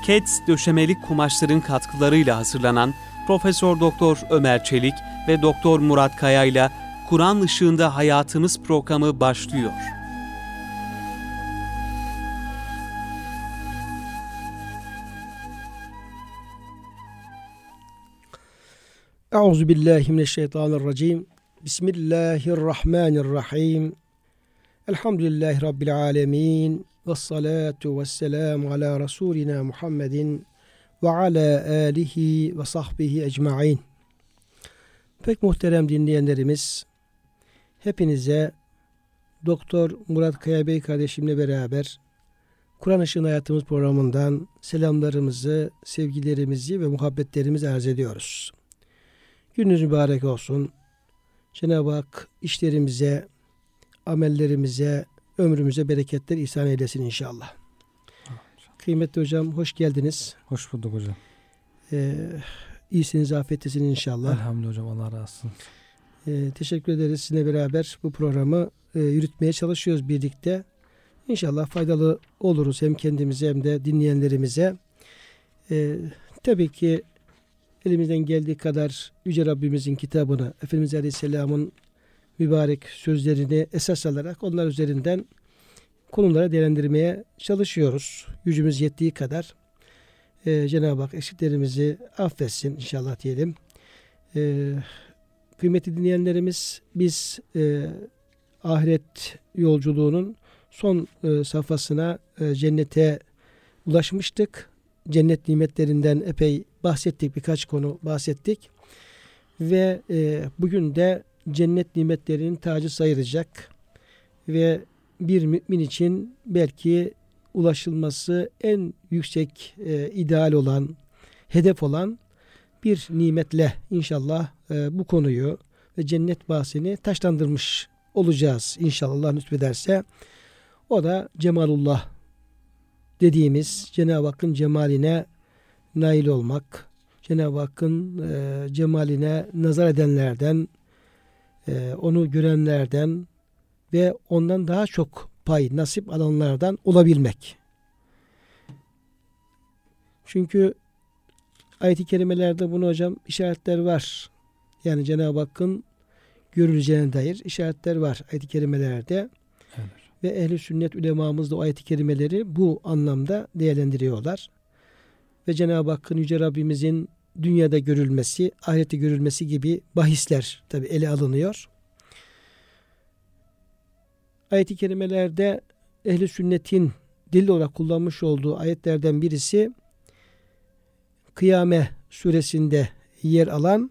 Keds döşemelik kumaşların katkılarıyla hazırlanan Profesör Doktor Ömer Çelik ve Doktor Murat Kaya ile Kur'an Işığında Hayatımız programı başlıyor. Euzubillahimineşşeytanirracim. Bismillahirrahmanirrahim. Elhamdülillahi Rabbil alemin. Vessalatu vesselamu ala Resulina Muhammedin ve ala alihi ve sahbihi ecma'in. Pek muhterem dinleyenlerimiz, hepinize Doktor Murat Kaya Bey kardeşimle beraber Kur'an Işığında Hayatımız programından selamlarımızı, sevgilerimizi ve muhabbetlerimizi arz ediyoruz. Gününüz mübarek olsun. Cenab-ı Hak işlerimize, amellerimize, ömrümüze bereketler ihsan eylesin inşallah. Kıymetli hocam, hoş geldiniz. Hoş bulduk hocam. İyisiniz, afiyettesiniz inşallah. Elhamdülillah hocam, Allah razı olsun. Teşekkür ederiz. Sizinle beraber bu programı yürütmeye çalışıyoruz birlikte. İnşallah faydalı oluruz hem kendimize hem de dinleyenlerimize. Tabii ki elimizden geldiği kadar Yüce Rabbimizin kitabını, Efendimiz Aleyhisselam'ın mübarek sözlerini esas alarak onlar üzerinden konulara değerlendirmeye çalışıyoruz. Gücümüz yettiği kadar. Cenab-ı Hak eksiklerimizi affetsin inşallah diyelim. Kıymetli dinleyenlerimiz, biz ahiret yolculuğunun son safhasına, cennete ulaşmıştık. Cennet nimetlerinden epey bahsettik, birkaç konu bahsettik. Ve bugün de cennet nimetlerinin tacı sayılacak ve bir mümin için belki ulaşılması en yüksek ideal olan, hedef olan bir nimetle inşallah bu konuyu ve cennet bahsini taşlandırmış olacağız inşallah, Allah lütfederse. O da cemalullah dediğimiz Cenab-ı Hakk'ın cemaline nail olmak, Cenab-ı Hakk'ın cemaline nazar edenlerden, onu görenlerden ve ondan daha çok pay, nasip alanlardan olabilmek. Çünkü ayet-i kerimelerde bunu hocam işaretler var. Yani Cenab-ı Hakk'ın görüleceğine dair işaretler var ayet-i kerimelerde. Evet. Ve ehl-i sünnet ulemamız da o ayet-i kerimeleri bu anlamda değerlendiriyorlar. Ve Cenab-ı Hakk'ın, Yüce Rabbimizin dünyada görülmesi, ahirette görülmesi gibi bahisler tabi ele alınıyor. Ayet-i kerimelerde ehl-i sünnetin dil olarak kullanmış olduğu ayetlerden birisi Kıyame suresinde yer alan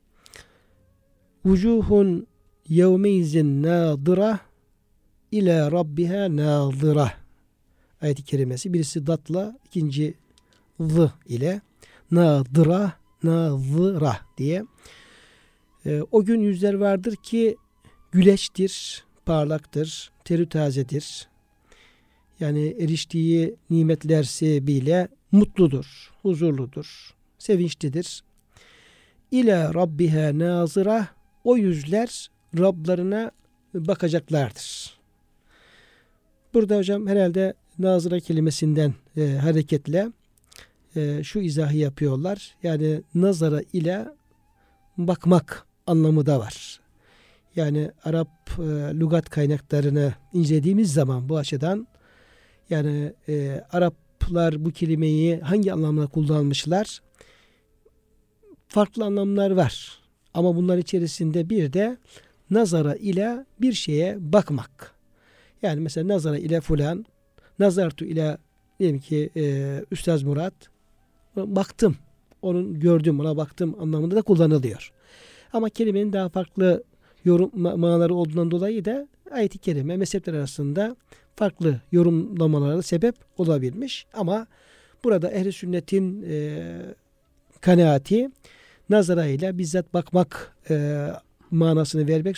Vucuhun yevmeizin nâdırah ila rabbiha nâzıra ayet-i kerimesi. Birisi datla, ikinci zı ile nâzıra, nâzıra diye. O gün yüzler vardır ki güleçtir, parlaktır, terü tazedir. Yani eriştiği nimetler sebebiyle mutludur, huzurludur, sevinçlidir. İlâ rabbiha nâzıra, o yüzler Rablarına bakacaklardır. Burada hocam herhalde nazıra kelimesinden hareketle şu izahı yapıyorlar. Yani nazara ile bakmak anlamı da var. Yani Arap lügat kaynaklarını incelediğimiz zaman bu açıdan yani Araplar bu kelimeyi hangi anlamda kullanmışlar? Farklı anlamlar var. Ama bunlar içerisinde bir de nazara ile bir şeye bakmak. Yani mesela nazara ile fulan, nazartu ile diyelim ki Üstaz Murat, baktım, onun gördüm, ona baktım anlamında da kullanılıyor. Ama kelimenin daha farklı yorum manaları olduğundan dolayı da ayet-i kerime mezhepler arasında farklı yorumlamalara sebep olabilmiş. Ama burada ehl-i sünnetin kanaati nazara ile bizzat bakmak manasını vermek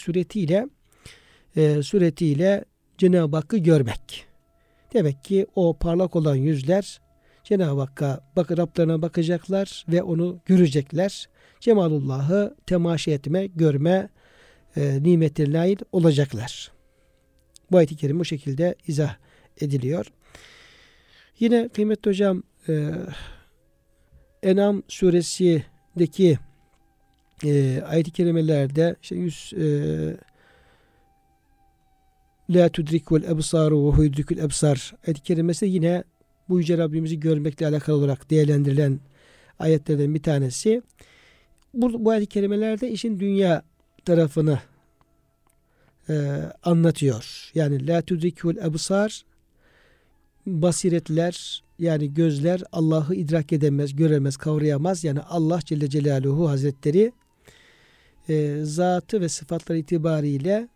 suretiyle Cenab-ı Hakk'ı görmek. Demek ki o parlak olan yüzler Cenab-ı Hakk'a Rablarına bakacaklar ve onu görecekler. Cemalullah'ı temaşa etme, görme nimetine nail olacaklar. Bu ayet-i kerime bu şekilde izah ediliyor. Yine kıymetli hocam En'am suresindeki ayet-i kerimelerde işte 100 La tudrikul ebsaru ve huydrikul ebsar ayet-i kerimesi yine bu Yüce Rabbimizi görmekle alakalı olarak değerlendirilen ayetlerden bir tanesi. Bu ayet-i kerimelerde işin dünya tarafını anlatıyor. Yani la tudrikul ebsar, basiretler yani gözler Allah'ı idrak edemez, göremez, kavrayamaz. Yani Allah Celle Celaluhu Hazretleri zatı ve sıfatları itibariyle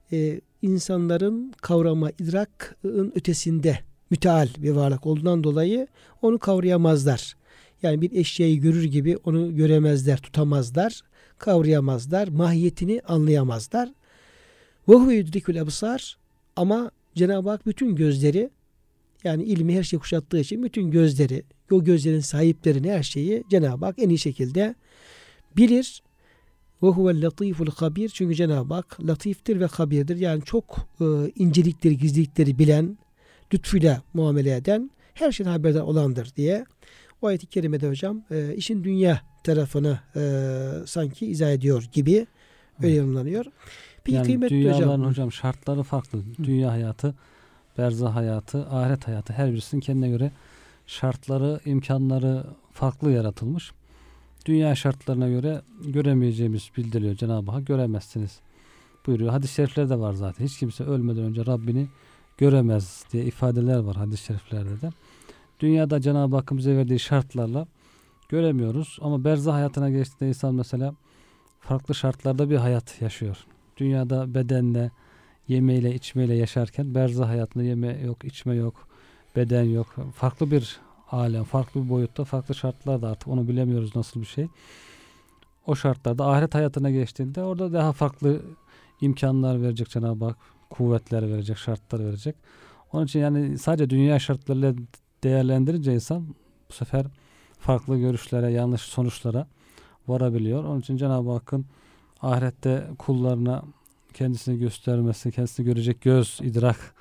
insanların kavrama, idrakın ötesinde müteal bir varlık olduğundan dolayı onu kavrayamazlar. Yani bir eşyayı görür gibi onu göremezler, tutamazlar, kavrayamazlar, mahiyetini anlayamazlar. Ve huve yudrikul ebsar, ama Cenab-ı Hak bütün gözleri, yani ilmi her şeyi kuşattığı için bütün gözleri, o gözlerin sahiplerini, her şeyi Cenab-ı Hak en iyi şekilde bilir. Ve huvel latiful habir, çünkü Cenab-ı Hak latiftir ve habirdir. Yani çok incelikleri, gizlilikleri bilen, lütfuyla muamele eden, her şeyden haberdar olandır diye o ayet-i kerimede hocam işin dünya tarafını sanki izah ediyor gibi öyle yorumlanıyor. Peki yani kıymetli dünyaların hocam şartları farklı. Dünya hayatı, berzah hayatı, ahiret hayatı, her birisinin kendine göre şartları, imkanları farklı yaratılmış. Dünya şartlarına göre göremeyeceğimiz bildiriliyor. Cenab-ı Hak göremezsiniz buyuruyor. Hadis-i şeriflerde var zaten. Hiç kimse ölmeden önce Rabbini göremez diye ifadeler var hadis-i şeriflerde de. Dünyada Cenab-ı Hakk'ın bize verdiği şartlarla göremiyoruz. Ama berzah hayatına geçtiğinde insan mesela farklı şartlarda bir hayat yaşıyor. Dünyada bedenle, yemeyle, içmeyle yaşarken berzah hayatında yeme yok, içme yok, beden yok. Farklı bir alem, farklı bir boyutta, farklı şartlarda, artık onu bilemiyoruz nasıl bir şey. O şartlarda ahiret hayatına geçtiğinde orada daha farklı imkanlar verecek Cenab-ı Hak, kuvvetler verecek, şartlar verecek. Onun için yani sadece dünya şartlarıyla değerlendirince insan bu sefer farklı görüşlere, yanlış sonuçlara varabiliyor. Onun için Cenab-ı Hakk'ın ahirette kullarına kendisini göstermesi, kendisini görecek göz, idrak,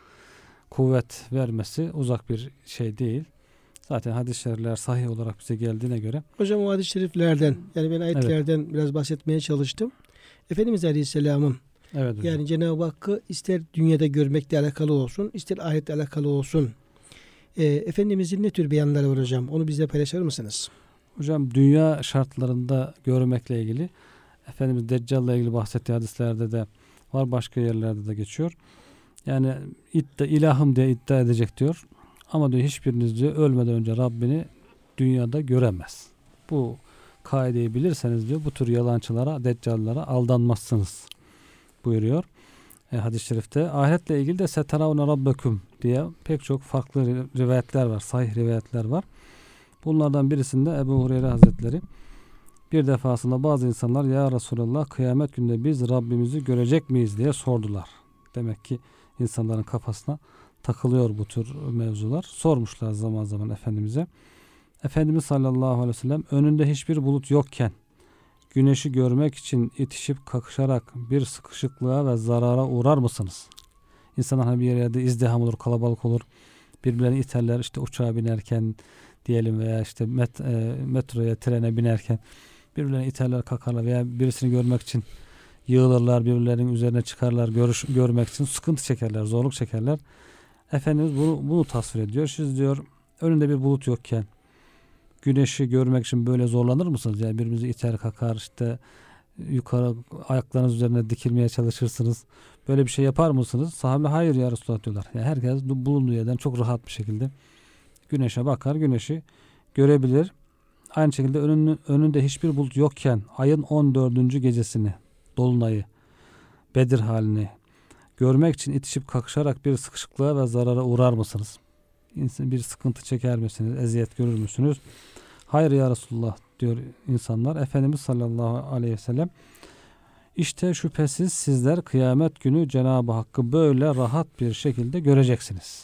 kuvvet vermesi uzak bir şey değil. Zaten hadis-i şerifler sahih olarak bize geldiğine göre. Hocam o hadis-i şeriflerden, yani ben ayetlerden biraz bahsetmeye çalıştım. Efendimiz Aleyhisselam'ın yani Cenab-ı Hakk'ı ister dünyada görmekle alakalı olsun, ister ahiretle alakalı olsun. Efendimizin ne tür beyanları var hocam? Onu bize paylaşır mısınız? Hocam dünya şartlarında görmekle ilgili Efendimiz Deccal'la ilgili bahsettiği hadislerde de var, başka yerlerde de geçiyor. Yani ilahım diye iddia edecek diyor. Ama diyor hiçbiriniz diyor ölmeden önce Rabbini dünyada göremez. Bu kaideyi bilirseniz diyor bu tür yalancılara, deccallara aldanmazsınız buyuruyor. Hadis-i şerifte ahiretle ilgili de seteravne rabbekum diye pek çok farklı rivayetler var. Sahih rivayetler var. Bunlardan birisinde Ebu Hureyre Hazretleri bir defasında bazı insanlar ya Resulallah kıyamet gününde biz Rabbimizi görecek miyiz diye sordular. Demek ki insanların kafasına takılıyor bu tür mevzular. Sormuşlar zaman zaman Efendimiz'e. Efendimiz sallallahu aleyhi ve sellem önünde hiçbir bulut yokken güneşi görmek için itişip kakışarak bir sıkışıklığa ve zarara uğrar mısınız? İnsanlar hani bir yerde izdiham olur, kalabalık olur. Birbirlerini iterler, işte uçağa binerken diyelim veya işte metroya, trene binerken birbirlerini iterler, kakarlar veya birisini görmek için yığılırlar, birbirlerinin üzerine çıkarlar, görmek için sıkıntı çekerler, zorluk çekerler. Efendimiz bunu tasvir ediyor. Siz diyor önünde bir bulut yokken güneşi görmek için böyle zorlanır mısınız? Yani birbirinizi iter, kakar, işte yukarı ayaklarınız üzerine dikilmeye çalışırsınız. Böyle bir şey yapar mısınız? Sahabe hayır ya Resulullah diyorlar. Yani herkes bulunduğu yerden çok rahat bir şekilde güneşe bakar, güneşi görebilir. Aynı şekilde önünde hiçbir bulut yokken ayın 14. gecesini, dolunayı, Bedir halini görmek için itişip kakışarak bir sıkışıklığa ve zarara uğrar mısınız? Bir sıkıntı çeker misiniz? Eziyet görür müsünüz? Hayır ya Resulullah diyor insanlar. Efendimiz sallallahu aleyhi ve sellem işte şüphesiz sizler kıyamet günü Cenab-ı Hakk'ı böyle rahat bir şekilde göreceksiniz.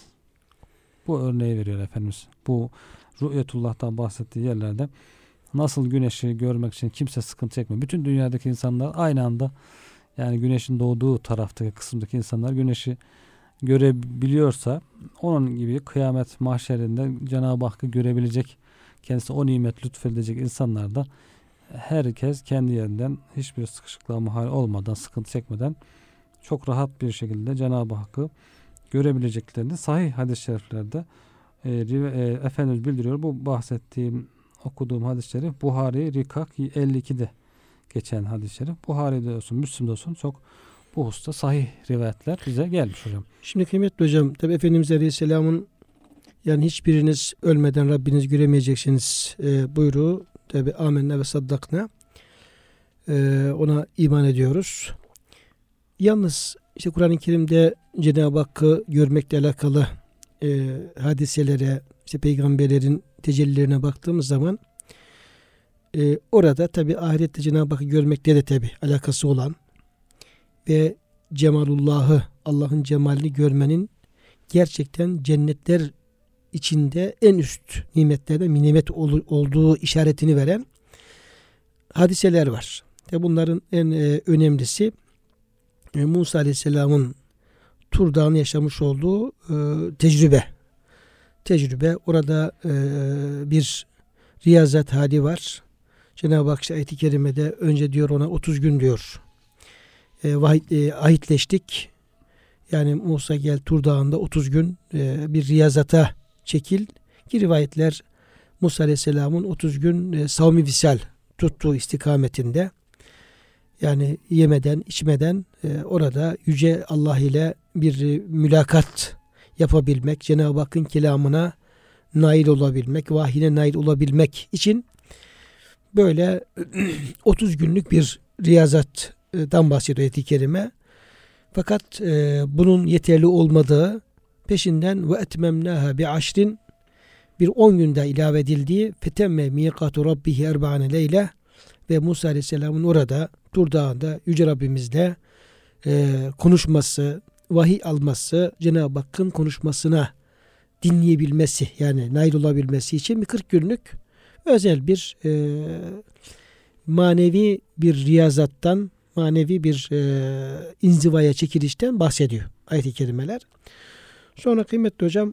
Bu örneği veriyor Efendimiz. Bu Rü'yetullah'tan bahsettiği yerlerde nasıl güneşi görmek için kimse sıkıntı çekmiyor. Bütün dünyadaki insanlar aynı anda, yani güneşin doğduğu taraftaki kısımdaki insanlar güneşi görebiliyorsa onun gibi kıyamet mahşerinde Cenab-ı Hakk'ı görebilecek kendisine o nimet lütfedilecek insanlar da herkes kendi yerinden hiçbir sıkışıklığa muhal olmadan, sıkıntı çekmeden çok rahat bir şekilde Cenab-ı Hakk'ı görebileceklerini sahih hadis-i şeriflerde Efendimiz bildiriyor. Bu bahsettiğim, okuduğum hadis-i şerif Buhari Rikak 52'de geçen hadis-i şerif. Buhari'de olsun, Müslim'de olsun çok bu hususta sahih rivayetler bize gelmiş hocam. Şimdi kıymetli hocam, tabi Efendimiz Aleyhisselam'ın yani hiçbiriniz ölmeden Rabbinizi göremeyeceksiniz buyruğu, tabi amenna ve saddakna, ona iman ediyoruz. Yalnız işte Kur'an-ı Kerim'de Cenab-ı Hakk'ı görmekle alakalı hadiselere, işte peygamberlerin tecellilerine baktığımız zaman orada tabi ahirette Cenab-ı Hakk'ı görmekle de tabi alakası olan ve cemalullahı, Allah'ın cemalini görmenin gerçekten cennetler içinde en üst nimetlerden bir nimet olduğu işaretini veren hadiseler var. Bunların en önemlisi Musa Aleyhisselam'ın Tur Dağı'nın yaşamış olduğu tecrübe. Orada bir riyazat hali var. Cenab-ı Hak ayet-i kerimede önce diyor ona 30 gün diyor ahitleştik. Yani Musa gel Tur Dağı'nda 30 gün bir riyazata çekil. Ki rivayetler Musa Aleyhisselam'ın 30 gün savmi visal tuttuğu istikametinde, yani yemeden içmeden orada Yüce Allah ile bir mülakat yapabilmek, Cenab-ı Hakk'ın kelamına nail olabilmek, vahyine nail olabilmek için böyle 30 günlük bir riyazattan bahsediyor ayet-i kerime. Fakat bunun yeterli olmadığı, peşinden ve etmemnaha bi aşrin, bir 10 günde ilave edildiği, fetemme miqatu rabbihi erba'ane leyle, ve Musa Aleyhisselam'ın orada Tur Dağı'nda Yüce Rabbimizle konuşması, vahiy alması, Cenab-ı Hakk'ın konuşmasına dinleyebilmesi, yani nail olabilmesi için bir 40 günlük özel bir manevi bir riyazattan, manevi bir inzivaya çekilişten bahsediyor ayet-i kerimeler. Sonra kıymetli hocam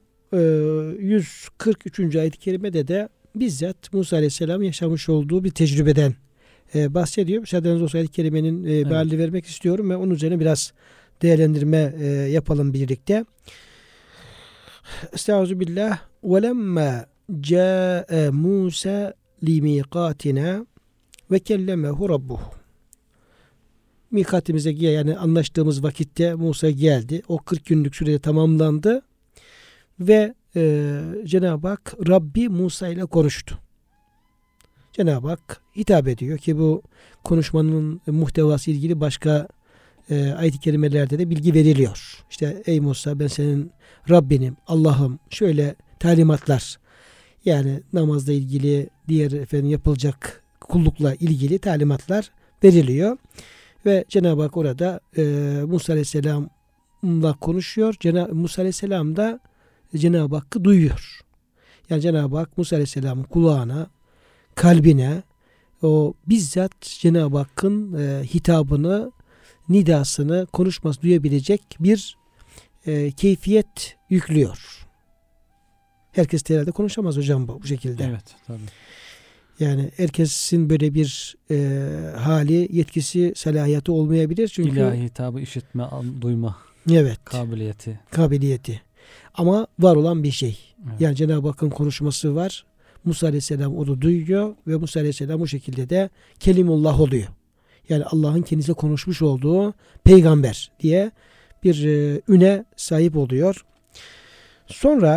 143. ayet-i kerimede de bizzat Musa Aleyhisselam yaşamış olduğu bir tecrübeden bahsediyor. Müsaadeniz olsa ayet-i kerimenin mealini vermek istiyorum ve onun üzerine biraz değerlendirme yapalım birlikte. Estağfirullah. وَلَمَّا جَاءَ مُوسَى لِمِيقَاتِنَا وَكَلَّمَهُ رَبُّهُ. Mikatimize, yani anlaştığımız vakitte Musa geldi. O 40 günlük sürede tamamlandı ve Cenab-ı Hak Rabbi Musa ile konuştu. Cenab-ı Hak hitap ediyor ki bu konuşmanın muhtevası ilgili başka ayet-i kerimelerde de bilgi veriliyor. İşte ey Musa, ben senin Rabbinim, Allah'ım, şöyle talimatlar, yani namazla ilgili, diğer yapılacak kullukla ilgili talimatlar veriliyor. Ve Cenab-ı Hak orada Musa Aleyhisselam'la konuşuyor. Musa Aleyhisselam da Cenab-ı Hakk'ı duyuyor. Yani Cenab-ı Hak Musa Aleyhisselam'ın kulağına, kalbine o bizzat Cenab-ı Hakk'ın hitabını, nidasını, konuşması duyabilecek bir keyfiyet yüklüyor. Herkes herhalde konuşamaz hocam bu şekilde. Evet, tabii. Yani herkesin böyle bir hali, yetkisi, salahiyatı olmayabilir. Çünkü İlahi hitabı işitme, duyma kabiliyeti. Ama var olan bir şey. Evet. Yani Cenab-ı Hakk'ın konuşması var. Musa Aleyhisselam onu duyuyor ve Musa Aleyhisselam bu şekilde de Kelimullah oluyor. Yani Allah'ın kendisiyle konuşmuş olduğu peygamber diye bir üne sahip oluyor. Sonra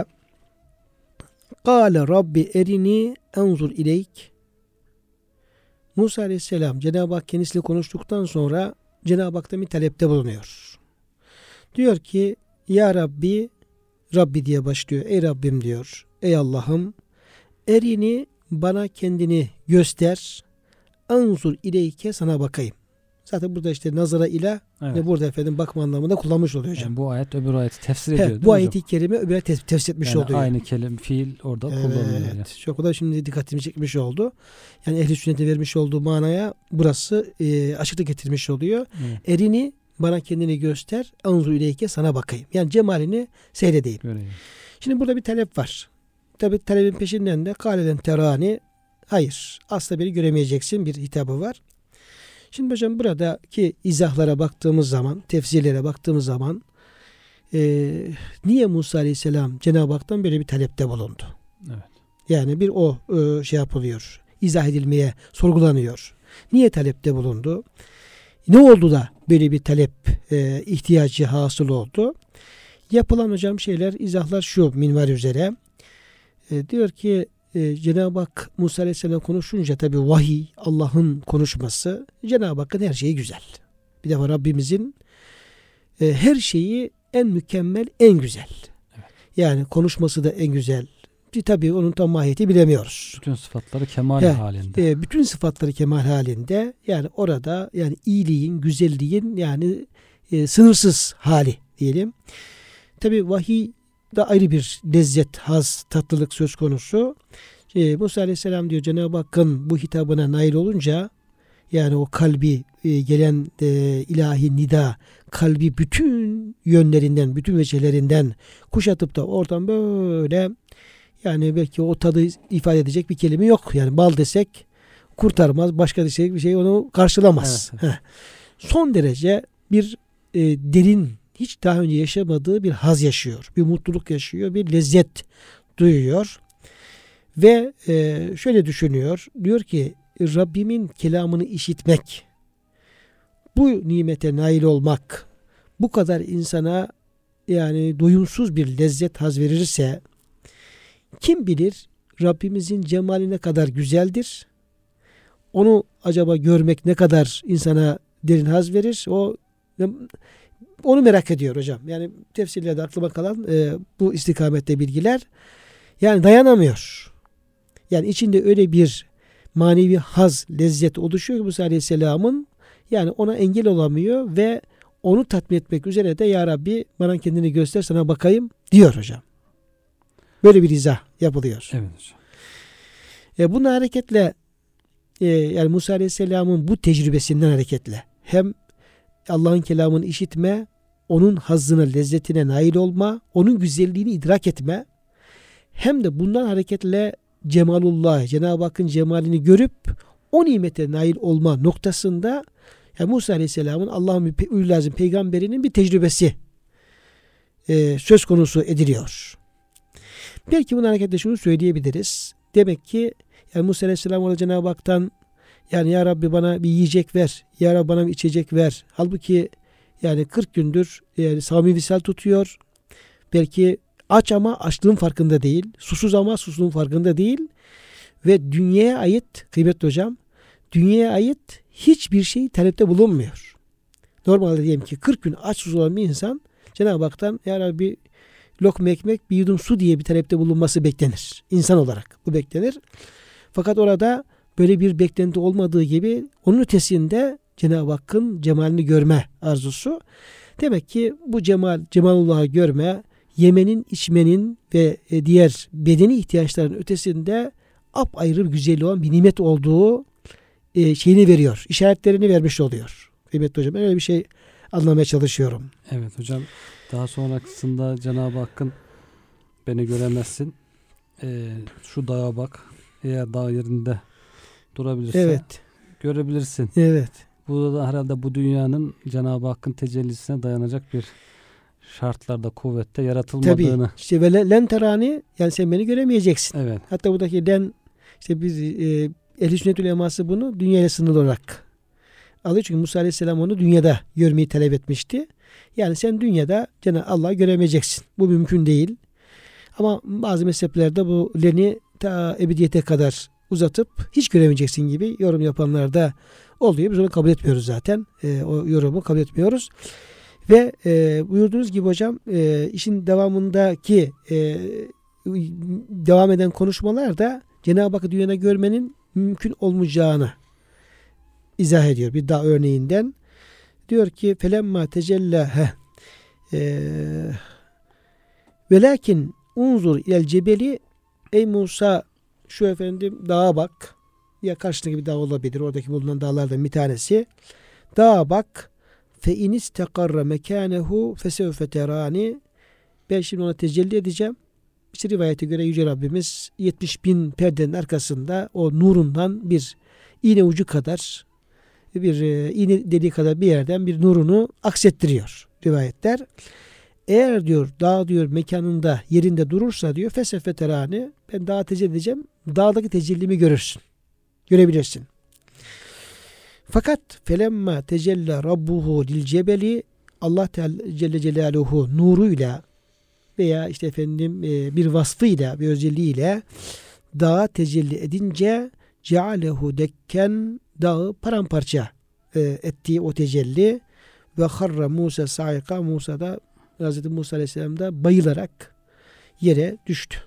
Kâle Rabbi erini enzur ileyk. Musa Aleyhisselam Cenab-ı Hak kendisiyle konuştuktan sonra Cenab-ı Hak'tan bir talepte bulunuyor. Diyor ki ya Rabbi, Rabbi diye başlıyor. Ey Rabbim diyor. Ey Allah'ım, erini, bana kendini göster. Enzur ileyke, sana bakayım. Zaten burada işte nazara ile ve burada bakma anlamında kullanmış oluyor hocam. Yani bu ayet öbür ayeti tefsir ediyor değil mi bu ayeti kerime öbür tefsir etmiş yani oluyor. Aynı kelime, fiil orada kullanılıyor. Yani. Çok da şimdi dikkatimi çekmiş oldu. Yani ehli sünnete vermiş olduğu manaya burası açıklık getirmiş oluyor. Erini, bana kendini göster. Anzur ileyke, sana bakayım. Yani cemalini seyredeyim. Göreyim. Şimdi burada bir talep var. tabi talebin peşinden de kâlelen terani, hayır asla beni göremeyeceksin bir hitabı var. Şimdi hocam buradaki izahlara baktığımız zaman, tefsirlere baktığımız zaman niye Musa Aleyhisselam Cenab-ı Hak'tan böyle bir talepte bulundu? Evet. Yani bir o şey yapılıyor, izah edilmeye, sorgulanıyor. Niye talepte bulundu? Ne oldu da böyle bir talep ihtiyacı hasıl oldu? Yapılan hocam şeyler, izahlar şu minval üzere. Diyor ki Cenab-ı Hak Musa Aleyhisselam konuşunca tabi vahiy, Allah'ın konuşması, Cenab-ı Hakk'ın her şeyi güzel. Bir defa Rabbimizin her şeyi en mükemmel, en güzel. Evet. Yani konuşması da en güzel. Tabi onun tam mahiyeti bilemiyoruz. Bütün sıfatları kemal halinde. Bütün sıfatları kemal halinde. Yani orada yani iyiliğin, güzelliğin yani sınırsız hali diyelim. Tabi vahiy da ayrı bir lezzet, haz, tatlılık söz konusu. Musa Aleyhisselam diyor Cenab-ı Hakk'ın bu hitabına nail olunca yani o kalbi gelen ilahi nida, kalbi bütün yönlerinden, bütün veçelerinden kuşatıp da oradan böyle yani belki o tadı ifade edecek bir kelime yok. Yani bal desek kurtarmaz, başka desek bir şey onu karşılamaz. Evet. Son derece bir derin, hiç daha önce yaşamadığı bir haz yaşıyor. Bir mutluluk yaşıyor, bir lezzet duyuyor. Ve şöyle düşünüyor. Diyor ki Rabbimin kelamını işitmek, bu nimete nail olmak, bu kadar insana yani doyumsuz bir lezzet haz verirse kim bilir Rabbimizin cemali ne kadar güzeldir. Onu acaba görmek ne kadar insana derin haz verir. Onu merak ediyor hocam. Yani tefsirlerde aklıma kalan bu istikamette bilgiler. Yani dayanamıyor. Yani içinde öyle bir manevi haz, lezzet oluşuyor ki Musa Aleyhisselam'ın yani ona engel olamıyor ve onu tatmin etmek üzere de Ya Rabbi bana kendini göster sana bakayım diyor hocam. Böyle bir izah yapılıyor. Evet hocam. Bunun hareketle yani Musa Aleyhisselam'ın bu tecrübesinden hareketle hem Allah'ın kelamını işitme, onun hazzına, lezzetine nail olma, onun güzelliğini idrak etme, hem de bundan hareketle cemalullah, Cenab-ı Hakk'ın cemalini görüp o nimete nail olma noktasında yani Musa Aleyhisselam'ın Allah'ın ululazim peygamberinin bir tecrübesi söz konusu ediliyor. Belki bunun hareketle şunu söyleyebiliriz. Demek ki yani Musa Aleyhisselam orada Cenab-ı Hak'tan yani Ya Rabbi bana bir yiyecek ver, Ya Rabbi bana bir içecek ver. Halbuki yani 40 gündür yani savmi visal tutuyor. Belki aç ama açlığın farkında değil. Susuz ama susuzluğun farkında değil. Ve dünyaya ait, kıymetli hocam, dünyaya ait hiçbir şey talepte bulunmuyor. Normalde diyelim ki 40 gün aç susuz olan bir insan Cenab-ı Hak'tan Ya Rabbi lokma ekmek, bir yudum su diye bir talepte bulunması beklenir. İnsan olarak bu beklenir. Fakat orada böyle bir beklenti olmadığı gibi onun ötesinde Cenab-ı Hakk'ın cemalini görme arzusu. Demek ki bu cemalullah'ı görme, yemenin, içmenin ve diğer bedeni ihtiyaçların ötesinde apayrı bir güzelliği olan bir nimet olduğu şeyini veriyor. İşaretlerini vermiş oluyor. Kıymetli hocam, ben öyle bir şey anlamaya çalışıyorum. Evet hocam. Daha sonrasında Cenab-ı Hakk'ın beni göremezsin. Şu dağa bak. Eğer dağ yerinde durabilirse Evet. görebilirsin. Evet. Burada da herhalde bu dünyanın Cenab-ı Hakk'ın tecellisine dayanacak bir şartlarda, kuvvette yaratılmadığını. Tabii. İşte ve len terani, yani sen beni göremeyeceksin. Evet. Hatta buradaki len, işte biz ehl-i sünnet uleması bunu dünyaya sınırlı olarak alıyor. Çünkü Musa Aleyhisselam onu dünyada görmeyi talep etmişti. Yani sen dünyada Cenab-ı Allah'ı göremeyeceksin. Bu mümkün değil. Ama bazı mezheplerde bu leni ta ebediyete kadar uzatıp hiç göremeyeceksin gibi yorum yapanlar da oluyor. Biz onu kabul etmiyoruz zaten. O yorumu kabul etmiyoruz. Ve buyurduğunuz gibi hocam işin devamındaki devam eden konuşmalar da Cenab-ı Hakk'ı dünyada görmenin mümkün olmayacağını izah ediyor. Bir daha örneğinden. Diyor ki felemma tecella velakin unzur ilel cebeli, ey Musa şu efendim dağa bak. Ya karşındaki bir dağ olabilir. Oradaki bulunan dağlardan bir tanesi. Dağa bak. Fe inistekarra mekanehu fesevfe terani. Ben şimdi ona tecelli edeceğim. İşte rivayete göre Yüce Rabbimiz 70 bin perdenin arkasında o nurundan bir iğne ucu kadar, bir iğne deliği kadar bir yerden bir nurunu aksettiriyor rivayetler. Eğer diyor dağ diyor mekanında yerinde durursa diyor fesefe terani, ben dağa tecelli edeceğim. Dağdaki tecellimi görürsün. Görebilirsin. Fakat felemma tecella rabbuhu lil cebeli, Allah Teala Celle Celaluhu nuruyla veya işte efendim bir vasfıyla, bir özelliğiyle dağa tecelli edince cealehu dekken, dağı paramparça ettiği o tecelli ve harra Musa saika, Musa da Hz. Musa Aleyhisselam da bayılarak yere düştü.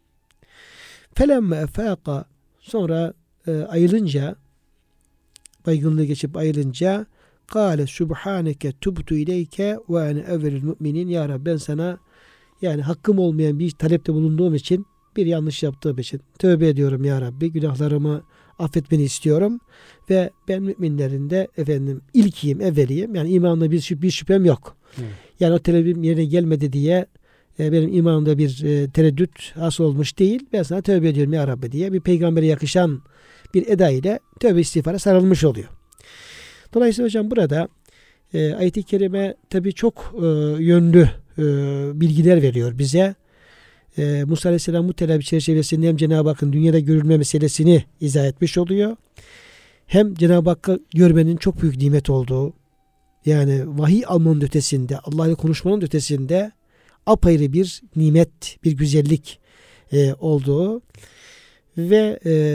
Felemme efaka, sonra ayılınca, baygınlığı geçip ayılınca kâle subhaneke tubtu ileyke ve ene evvelül müminin, ya Rabbi ben sana yani hakkım olmayan bir talepte bulunduğum için, bir yanlış yaptığım için tövbe ediyorum ya Rabbi, günahlarımı affetmeni istiyorum ve ben müminlerin de efendim ilkiyim, evveliyim, yani imanımda bir şüphem yok. Yani o talebim yerine gelmedi diye benim imanımda bir tereddüt hasıl olmuş değil. Ben sana tövbe ediyorum ya Rabbi diye bir peygambere yakışan bir eda ile tövbe istiğfara sarılmış oluyor. Dolayısıyla hocam burada ayet-i kerime tabii çok yönlü bilgiler veriyor bize. Musa Aleyhisselam bu talep çerçevesinde hem Cenab-ı Hakk'ın dünyada görülme meselesini izah etmiş oluyor. Hem Cenab-ı Hakk'ı görmenin çok büyük nimet olduğu, yani vahiy almanın ötesinde, Allah ile konuşmanın ötesinde apayrı bir nimet, bir güzellik olduğu ve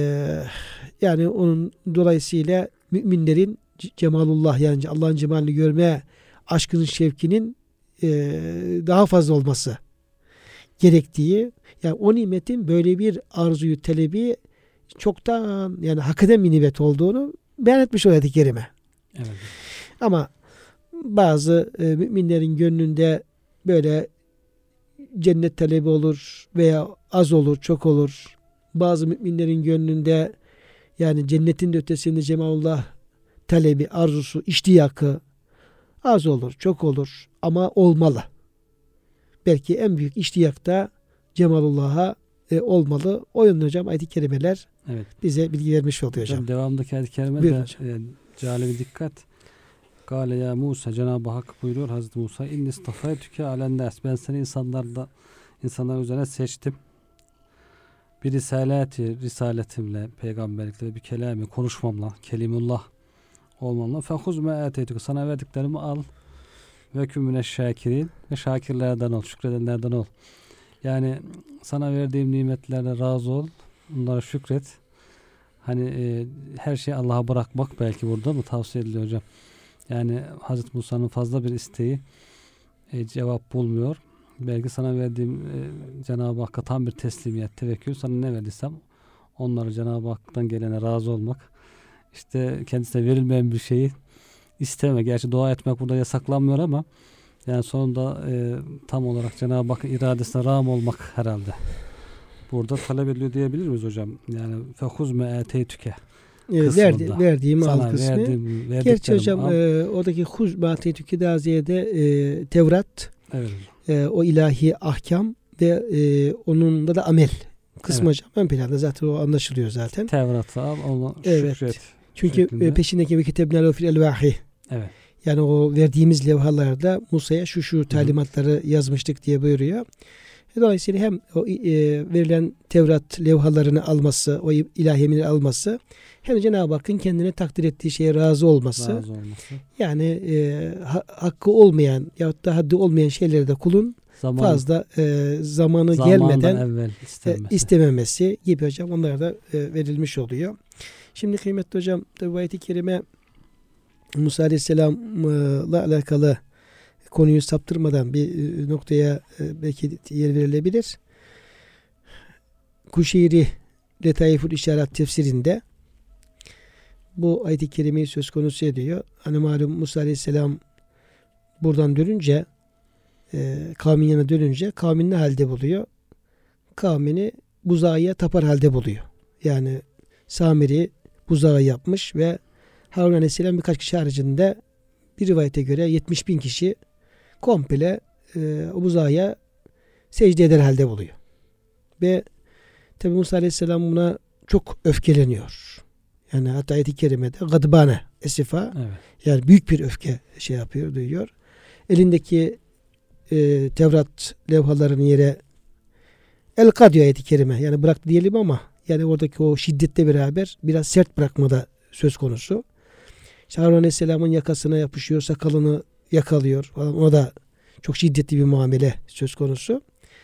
yani onun dolayısıyla müminlerin cemalullah, yani Allah'ın cemalini görme aşkının, şevkinin daha fazla olması gerektiği, yani o nimetin böyle bir arzuyu, talebi çoktan yani hak eden bir nimet olduğunu beyan etmiş o ayet-i kerime. Evet. Ama bazı müminlerin gönlünde böyle cennet talebi olur veya az olur, çok olur. Bazı müminlerin gönlünde yani cennetin de ötesinde cemalullah talebi, arzusu, iştiyakı az olur, çok olur ama olmalı. Belki en büyük iştiyak da cemalullah'a olmalı. O yönde hocam ayet-i kerimeler bize bilgi vermiş oluyor hocam. Devamındaki ayet-i kerime de cale bir dikkat. Gale ya Musa, Cenab-ı Hak buyuruyor Hazreti Musa, inni istafaytüke alennas, ben seni insanlar üzerine seçtim. Bir risaletimle, peygamberlikle, bir kelami, konuşmamla, kelimullah olmamla, fehuz me eteytüke, sana verdiklerimi al ve kümüne şakirin, ve şakirlerden ol, şükredenlerden ol. Yani sana verdiğim nimetlerle razı ol, bunlara şükret. Hani her şeyi Allah'a bırakmak belki burada mı tavsiye ediliyor hocam? Yani Hazreti Musa'nın fazla bir isteği cevap bulmuyor. Belki sana verdiğim Cenab-ı Hakk'a tam bir teslimiyet, tevekkül, sana ne verdiysem onları Cenab-ı Hak'tan gelene razı olmak. İşte kendisine verilmeyen bir şeyi isteme. Gerçi dua etmek burada yasaklanmıyor ama yani sonunda tam olarak Cenab-ı Hakk'ın iradesine rağm olmak herhalde burada talep ediliyor diyebilir miyiz hocam? Yani fehuz me eteytüke verdiğim al kısmı. Gerçi hocam oradaki huz me eteytüke daha ziyade Tevrat, o ilahi ahkam ve onunla da amel kısmı hocam ön planda, zaten o anlaşılıyor zaten. Tevrat'ı al, ona şükret. Çünkü peşindeki ve kitebnâ fil elvâhi. Evet. Yani o verdiğimiz levhalarda Musa'ya şu talimatları yazmıştık diye buyuruyor. Dolayısıyla hem o verilen Tevrat levhalarını alması, o ilahi emirleri alması, hem Cenab-ı Hakk'ın kendine takdir ettiği şeye razı olması. Yani hakkı olmayan yahut da haddi olmayan şeyleri de kulun fazla zamanı gelmeden istememesi gibi hocam, onlar da verilmiş oluyor. Şimdi kıymetli hocam, tabi ayet-i kerime Musa Aleyhisselam'la alakalı konuyu saptırmadan bir noktaya belki yer verilebilir. Kuşeyri Letaiful İşaret tefsirinde bu ayet-i kerimeyi söz konusu ediyor. Hani malum Musa Aleyhisselam buradan dönünce, kavmin yanına dönünce kavmin ne halde buluyor? Kavmini buzağıya tapar halde buluyor. Yani Samiri buzağı yapmış ve Harun Aleyhisselam birkaç kişi haricinde bir rivayete göre 70 bin kişi komple o buzağıya secde eder halde buluyor. Ve tabi Musa Aleyhisselam buna çok öfkeleniyor. Yani hatta ayet-i kerimede gadbane, esifa, Evet. yani büyük bir öfke şey yapıyor, duyuyor. Elindeki Tevrat levhalarını yere elka diyor ayet-i kerime. Yani bıraktı diyelim ama yani oradaki o şiddetle beraber biraz sert bırakmada söz konusu. İşte Harun Aleyhisselam'ın yakasına yapışıyor, sakalını yakalıyor falan. Ona da çok şiddetli bir muamele söz konusu.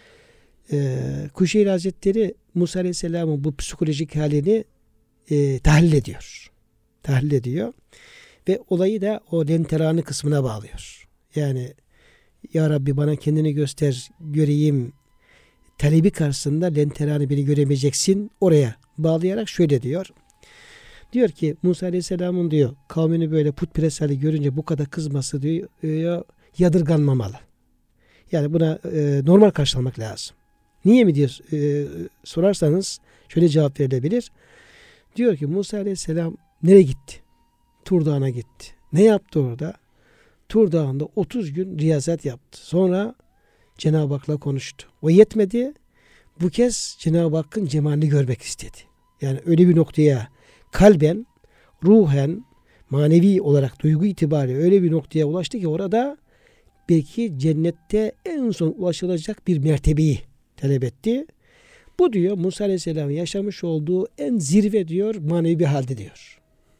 Kuşeyri Hazretleri Musa Aleyhisselam'ın bu psikolojik halini tahlil ediyor. Tahlil ediyor. Ve olayı da o lenteranı kısmına bağlıyor. Yani ya Rabbi bana kendini göster, göreyim talebi karşısında lenteranı beni göremeyeceksin, oraya bağlayarak şöyle diyor. Diyor ki Musa Aleyhisselam'ın diyor kavmini böyle putperest hali görünce bu kadar kızması diyor yadırganmamalı. Yani buna normal karşılamak lazım. Niye mi diyor sorarsanız şöyle cevap verilebilir. Diyor ki Musa Aleyhisselam nereye gitti? Tur Dağı'na gitti. Ne yaptı orada? Tur Dağı'nda 30 gün riyazet yaptı. Sonra Cenab-ı Hak'la konuştu. O yetmedi. Bu kez Cenab-ı Hakk'ın cemalini görmek istedi. Yani öyle bir noktaya kalben, ruhen, manevi olarak duygu itibariyle öyle bir noktaya ulaştı ki orada belki cennette en son ulaşılacak bir mertebeyi talep etti. Bu diyor Musa Aleyhisselam'ın yaşamış olduğu en zirve diyor manevi bir halde diyor.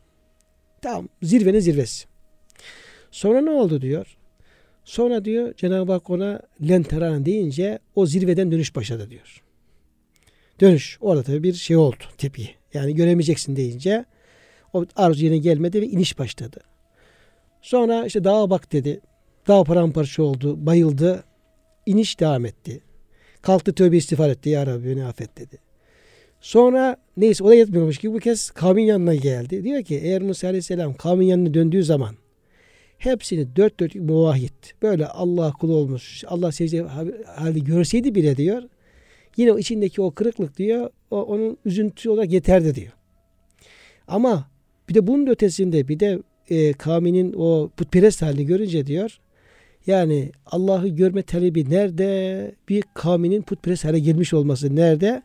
Tamam, zirvenin zirvesi. Sonra ne oldu diyor. Sonra diyor Cenab-ı Hak ona lenteran deyince o zirveden dönüş başladı diyor. Dönüş. Orada tabii bir şey oldu. Tepi. Yani göremeyeceksin deyince o arzu yine gelmedi ve iniş başladı. Sonra işte dağa bak dedi. Dağ paramparça oldu. Bayıldı. İniş devam etti. Kalktı tövbe istiğfar etti. Ya Rabbi beni affet dedi. Sonra neyse o da yetmiyormuş ki bu kez kavmin yanına geldi. Diyor ki eğer Musa Aleyhisselam kavmin yanına döndüğü zaman hepsini dört dörtlük muvahhid böyle Allah kulu olmuş, Allah secde halde görseydi bile diyor yine o içindeki o kırıklık diyor onun üzüntüsü olarak yeterdi diyor. Ama bir de bunun ötesinde bir de kavminin o putperest halini görünce diyor yani Allah'ı görme talebi nerede? Bir kavminin putperest hale gelmiş olması nerede?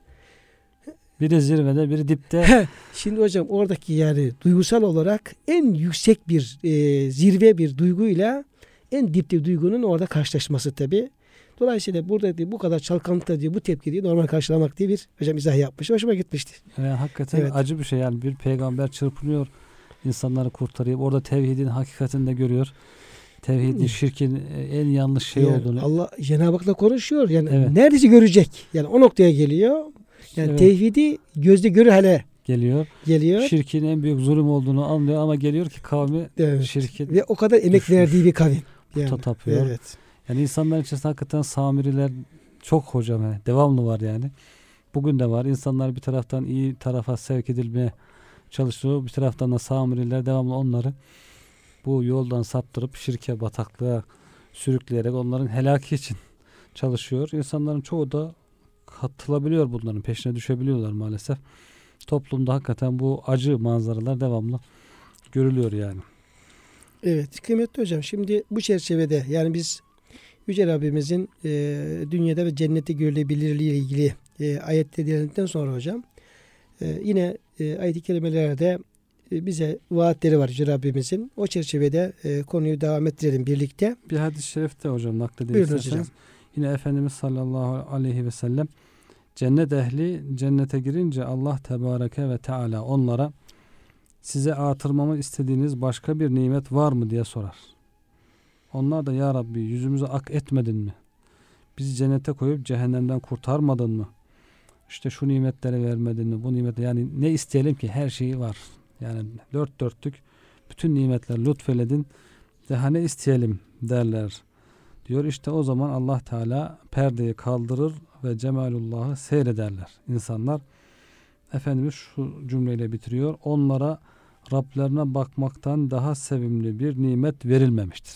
Biri zirvede, biri dipte. Şimdi hocam oradaki yani duygusal olarak en yüksek bir zirve bir duyguyla en dipte duygunun orada karşılaşması tabi. Dolayısıyla burada diye bu kadar çalkantıda diye bu tepki diye normal karşılamak diye bir hocam izah yapmış. Hoşuma gitmişti. Yani hakikaten Evet. acı bir şey yani bir peygamber çırpınıyor insanları kurtarıyor. Orada tevhidin hakikatini de görüyor. Tevhidin, şirkin en yanlış şey yani olduğunu. Allah Cenab-ı Hak'la konuşuyor. Yani Evet. neredeyse görecek. Yani o noktaya geliyor. Yani Evet. tevhidi gözde görür hale Geliyor. Şirkin en büyük zulüm olduğunu anlıyor ama geliyor ki kavmi evet. şirkin Ve o kadar emek düşmüş. verdiği bir kavim. Yani. puta tapıyor. Evet. Yani insanların içerisinde hakikaten samiriler çok hocam. Devamlı var yani. Bugün de var. İnsanlar bir taraftan iyi tarafa sevk edilmeye çalışıyor. Bir taraftan da samiriler devamlı onları bu yoldan saptırıp şirke, bataklığa sürükleyerek onların helaki için çalışıyor. İnsanların çoğu da katılabiliyor bunların peşine düşebiliyorlar maalesef. Toplumda hakikaten bu acı manzaralar devamlı görülüyor yani. Evet kıymetli hocam şimdi bu çerçevede yani biz Yüce Rabbimizin dünyada ve cennette görülebilirliği ile ilgili ayetleri dinledikten sonra hocam yine ayet-i kerimelerde bize vaatleri var Yüce Rabbimizin. O çerçevede konuyu devam ettirelim birlikte. Bir hadis-i şerifte hocam nakledeyim Buyurun isterseniz. hocam. Yine Efendimiz sallallahu aleyhi ve sellem cennet ehli cennete girince Allah tebareke ve teala onlara size artırmamı istediğiniz başka bir nimet var mı diye sorar. Onlar da ya Rabbi yüzümüze ak etmedin mi? Bizi cennete koyup cehennemden kurtarmadın mı? İşte şu nimetleri vermedin mi? Bu nimetleri yani ne isteyelim ki her şeyi var. Yani dört dörtlük bütün nimetler lütfeyledin. Daha ne isteyelim derler. Diyor işte o zaman Allah Teala perdeyi kaldırır ve cemalullah'ı seyrederler. İnsanlar Efendimiz şu cümleyle bitiriyor. Onlara Rablerine bakmaktan daha sevimli bir nimet verilmemiştir.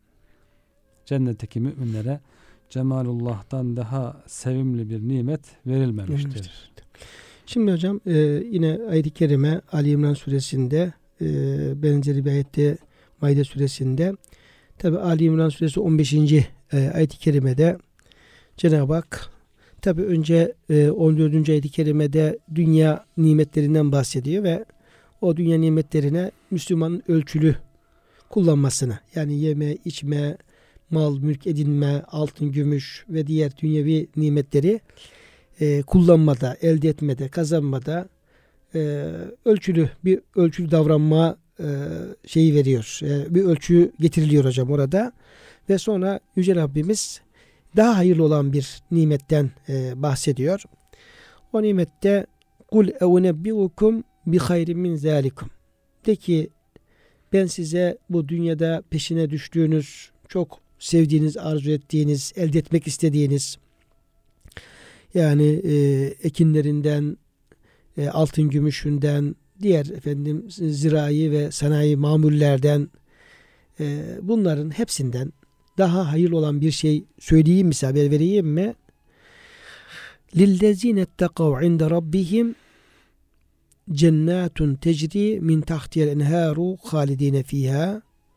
Cennetteki müminlere cemalullah'tan daha sevimli bir nimet verilmemiştir. Şimdi hocam yine ayet-i kerime Ali İmran suresinde benzeri bir ayette Maide suresinde tabi Ali İmran suresi 15. ayet-i kerimede Cenab-ı Hak Tabi önce 14. ayet-i kerimede dünya nimetlerinden bahsediyor ve o dünya nimetlerine Müslümanın ölçülü kullanmasını, yani yeme, içme, mal, mülk edinme, altın, gümüş ve diğer dünyevi nimetleri kullanmada, elde etmede, kazanmada ölçülü davranma şeyi veriyor. Bir ölçü getiriliyor hocam orada. Ve sonra Yüce Rabbimiz daha hayırlı olan bir nimetten bahsediyor. O nimette kul eunebbiukum bi hayrin min zalikum. De ki ben size bu dünyada peşine düştüğünüz, çok sevdiğiniz, arzu ettiğiniz, elde etmek istediğiniz, yani ekinlerinden, altın gümüşünden, diğer zirai ve sanayi mamullerden, bunların hepsinden daha hayırlı olan bir şey söyleyeyim mi, haber vereyim mi? لِلَّذ۪ينَ اتَّقَوْا عِنْدَ رَبِّهِمْ cennetun tecri min tahtiyel enharu halidine fiha.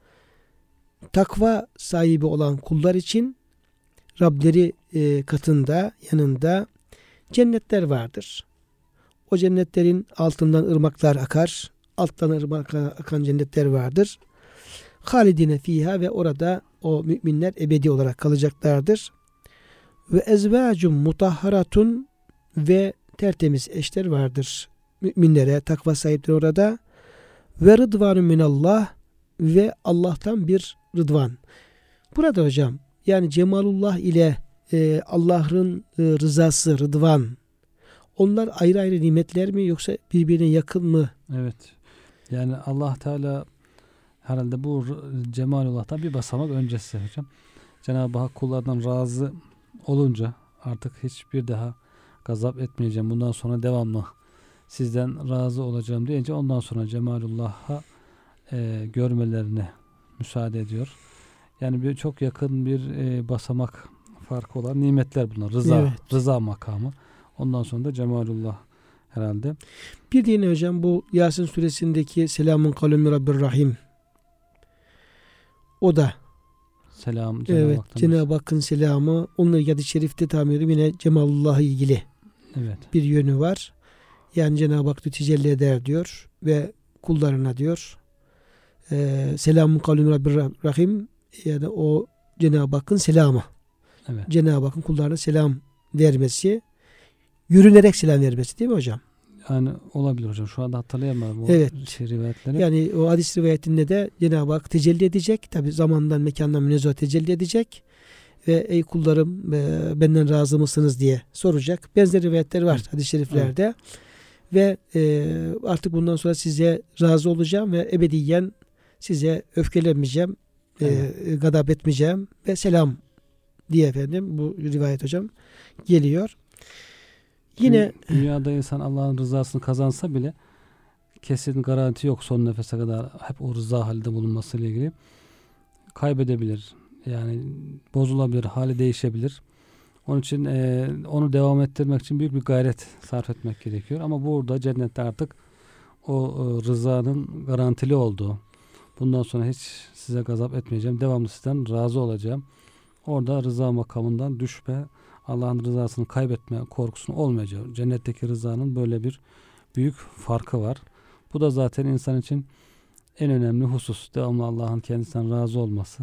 Takva sahibi olan kullar için Rableri katında, yanında cennetler vardır. O cennetlerin altından ırmaklar akar. Alttan ırmak akan cennetler vardır. Halidine fiha ve orada o müminler ebedi olarak kalacaklardır. Ve ezvacun mutahharatun ve tertemiz eşler vardır müminlere, takva sahipleri orada. Ve rıdvanun minallah ve Allah'tan bir rıdvan. Burada hocam yani cemalullah ile Allah'ın rızası, rıdvan, onlar ayrı ayrı nimetler mi yoksa birbirine yakın mı? Evet. Yani Allah Teala herhalde bu cemalullah'tan bir basamak öncesi hocam. Cenab-ı Hak kullardan razı olunca artık hiçbir daha gazap etmeyeceğim. Bundan sonra devamlı sizden razı olacağım deyince ondan sonra cemalullah'a görmelerine müsaade ediyor. Yani bir çok yakın bir basamak farkı olan nimetler bunlar. Rıza, evet. Rıza makamı. Ondan sonra da cemalullah herhalde. Bir diğeri hocam bu Yasin suresindeki selamun kavlen Rabbir Rahim. O da selam evet, Cenab-ı Hakk'ın selamı. Onunla hadis-i şerifte tahmin ediyorum yine cemalullah'a ilgili evet. Bir yönü var. Yani Cenab-ı Hak tecelli eder diyor ve kullarına diyor selamun kavlen Rabbir Rahim, yani o Cenab-ı Hakk'ın selamı. Evet. Cenab-ı Hakk'ın kullarına selam vermesi, yürünerek selam vermesi değil mi hocam? Yani olabilir hocam. Şu anda hatırlayamıyorum o evet. Rivayetleri. Yani o hadis rivayetinde de Cenab-ı Hak tecelli edecek. Tabi zamandan, mekandan münezzeh tecelli edecek. Ve ey kullarım benden razı mısınız diye soracak. Benzer rivayetler var evet. Hadis-i şeriflerde. Evet. Ve artık bundan sonra size razı olacağım ve ebediyen size öfkelenmeyeceğim. Evet. Gadap etmeyeceğim ve selam diye bu rivayet hocam geliyor. Yine dünyada insan Allah'ın rızasını kazansa bile kesin garanti yok son nefese kadar hep o rıza halinde bulunmasıyla ilgili. Kaybedebilir. Yani bozulabilir, hali değişebilir. Onun için onu devam ettirmek için büyük bir gayret sarf etmek gerekiyor. Ama burada cennette artık o rızanın garantili olduğu, bundan sonra hiç size gazap etmeyeceğim, devamlı sizden razı olacağım. Orada rıza makamından düşme, Allah'ın rızasını kaybetme korkusunu olmayacak. Cennetteki rızanın böyle bir büyük farkı var. Bu da zaten insan için en önemli husus. Devamlı Allah'ın kendisinden razı olması.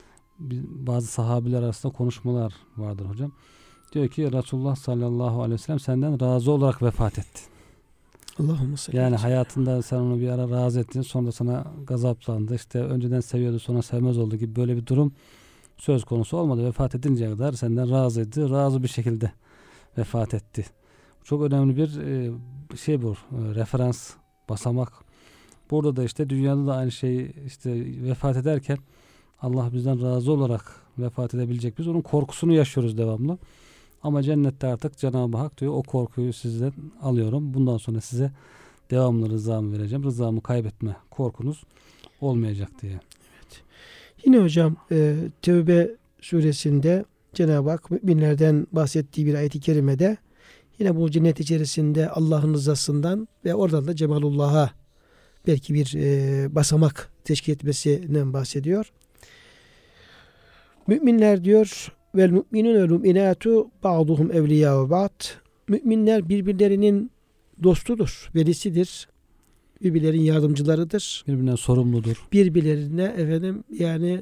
Bazı sahabiler arasında konuşmalar vardır hocam. Diyor ki Resulullah sallallahu aleyhi ve sellem senden razı olarak vefat etti. Allahümme salli. Yani hayatında sen onu bir ara razı ettin, sonra sana gazaplandı. İşte önceden seviyordu, sonra sevmez oldu gibi böyle bir durum söz konusu olmadı. Vefat edinceye kadar senden razıydı. Razı bir şekilde vefat etti. Çok önemli bir şey bu. Referans, basamak. Burada da işte dünyada da aynı şey, işte vefat ederken Allah bizden razı olarak vefat edebilecek, biz onun korkusunu yaşıyoruz devamlı. Ama cennette artık Cenab-ı Hak diyor o korkuyu sizden alıyorum. Bundan sonra size devamlı rızamı vereceğim. Rızamı kaybetme korkunuz olmayacak diye. Evet. Yine hocam Tevbe suresinde Cenab-ı Hak müminlerden bahsettiği bir ayet-i kerimede yine bu cennet içerisinde Allah'ın rızasından ve oradan da cemalullah'a belki bir basamak teşkil etmesinden bahsediyor. Müminler diyor vel mu'minun vel mu'minatu ba'duhum evliya'u ba'd. Müminler birbirlerinin dostudur, velisidir. Birbirlerinin yardımcılarıdır. Birbirinden sorumludur. Birbirlerine yani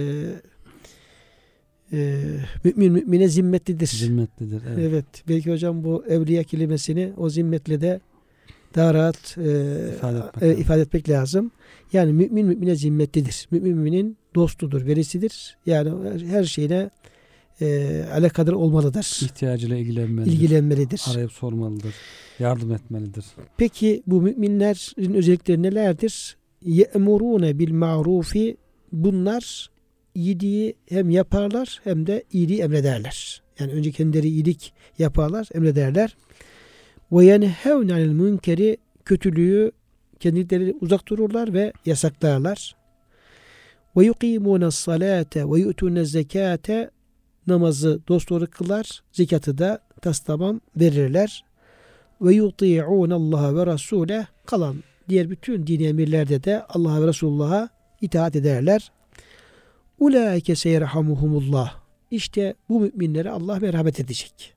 mümin mümine zimmetlidir. Zimmetlidir. Evet. Evet. Belki hocam bu evliya kelimesini o zimmetle de daha rahat ifade etmek lazım. Yani mümin mümine zimmetlidir. Mümin müminin dostudur, velisidir. Yani her şeyine alakadar olmalıdır. İhtiyacıyla ilgilenmelidir. Arayıp sormalıdır. Yardım etmelidir. Peki bu müminlerin özellikleri nelerdir? Ye'murune bil ma'rufi, bunlar iyiliği hem yaparlar hem de iyiliği emrederler. Yani önce kendileri iyilik yaparlar, emrederler. Ve yenhevne anil münkeri, kötülüğü kendileri uzak dururlar ve yasaklarlar. Ve yukimune salate ve yu'tune zekate, namazı dosdoğru kılar, zekatı da tastamam verirler. Ve yuti'une Allah ve Rasule, kalan diğer bütün dini emirlerde de Allah'a ve Resulullah'a itaat ederler. Ulaike seyerhamuhumullah. İşte bu müminlere Allah merhamet edecek.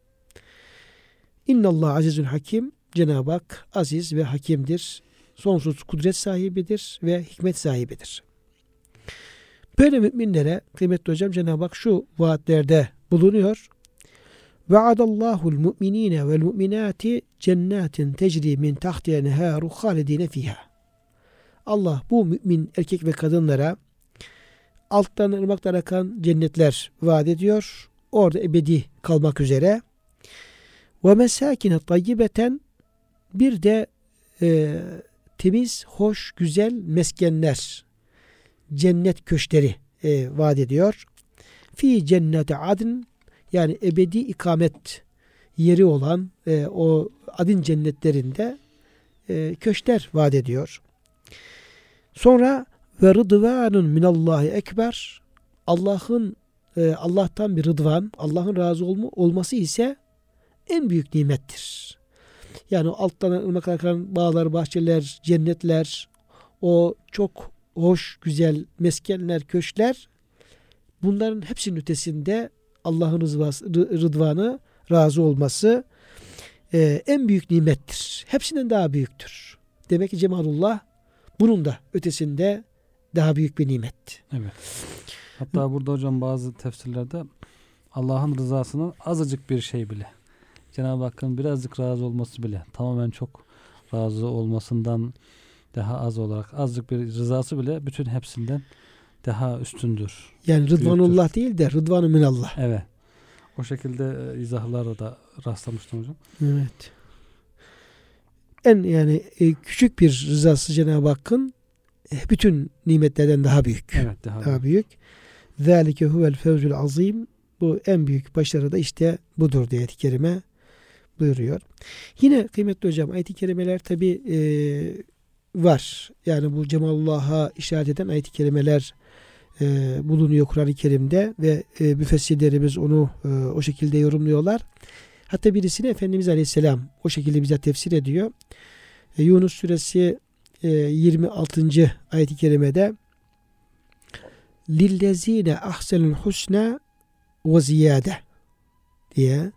İnnallah azizun hakim. Cenab-ı Hak aziz ve hakimdir. Sonsuz kudret sahibidir ve hikmet sahibidir. Böyle müminlere kıymetli hocam Cenab-ı Hak şu vaatlerde bulunuyor. Ve'adallahu'l mu'minine ve'l mu'minati cennetin tecri min tahtiha neharu halidine fiha. Allah bu mümin erkek ve kadınlara alttan ırmaklar akan cennetler vaat ediyor. Orada ebedi kalmak üzere. Ve mesakine tayyibeten, bir de temiz, hoş, güzel meskenler, cennet köşkleri vaat ediyor. Fi cennete adn, yani ebedi ikamet yeri olan o adin cennetlerinde köşkler vaat ediyor. Sonra ve rıdvanun minallahi ekber, Allah'tan bir rıdvan, Allah'ın razı olması ise en büyük nimettir. Yani alttan ırmak akan bağlar, bahçeler, cennetler, o çok hoş, güzel meskenler, köşkler, bunların hepsinin ötesinde Allah'ın rıdvanı, razı olması en büyük nimettir. Hepsinden daha büyüktür. Demek ki cemalullah bunun da ötesinde daha büyük bir nimet. Evet. Hatta burada hocam bazı tefsirlerde Allah'ın rızasının azıcık bir şey bile, Cenab-ı Hakk'ın birazcık razı olması bile, tamamen çok razı olmasından daha az olarak azıcık bir rızası bile bütün hepsinden daha üstündür. Yani rıdvanullah değil de rıdvan-ı minallah. Evet. O şekilde izahlara da rastlamıştım hocam. Evet. Yani küçük bir rızası Cenab-ı Hakk'ın bütün nimetlerden daha büyük. Evet, daha büyük. Zalike huvel fevzul azim. Bu en büyük başarı da işte budur diye ayet-i kerime buyuruyor. Yine kıymetli hocam ayet-i kerimeler tabi var. Yani bu cemalullah'a işaret eden ayet-i kerimeler bulunuyor Kur'an-ı Kerim'de ve müfessirlerimiz onu o şekilde yorumluyorlar. Hatta birisini Efendimiz Aleyhisselam o şekilde bize tefsir ediyor. Yunus suresi 26. ayet-i kerimede lillezine ahsenul husna ve ziyade diye